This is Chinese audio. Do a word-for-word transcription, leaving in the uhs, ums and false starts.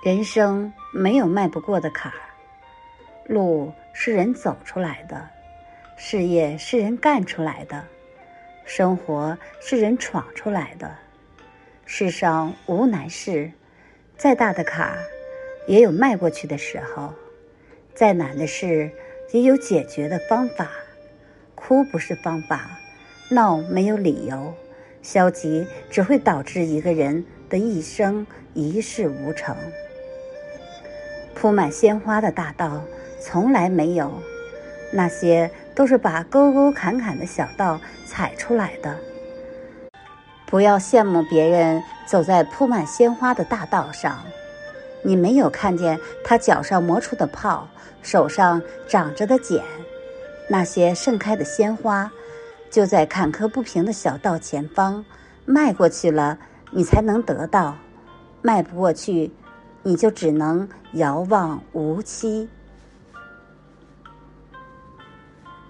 人生没有迈不过的坎儿，路是人走出来的，事业是人干出来的，生活是人闯出来的。世上无难事，再大的坎儿也有迈过去的时候，再难的事也有解决的方法。哭不是方法，闹没有理由，消极只会导致一个人的一生一事无成。铺满鲜花的大道从来没有，那些都是把沟沟坎坎的小道踩出来的。不要羡慕别人走在铺满鲜花的大道上，你没有看见他脚上磨出的泡，手上长着的茧。那些盛开的鲜花就在坎坷不平的小道前方，迈过去了你才能得到，迈不过去你就只能遥望无期。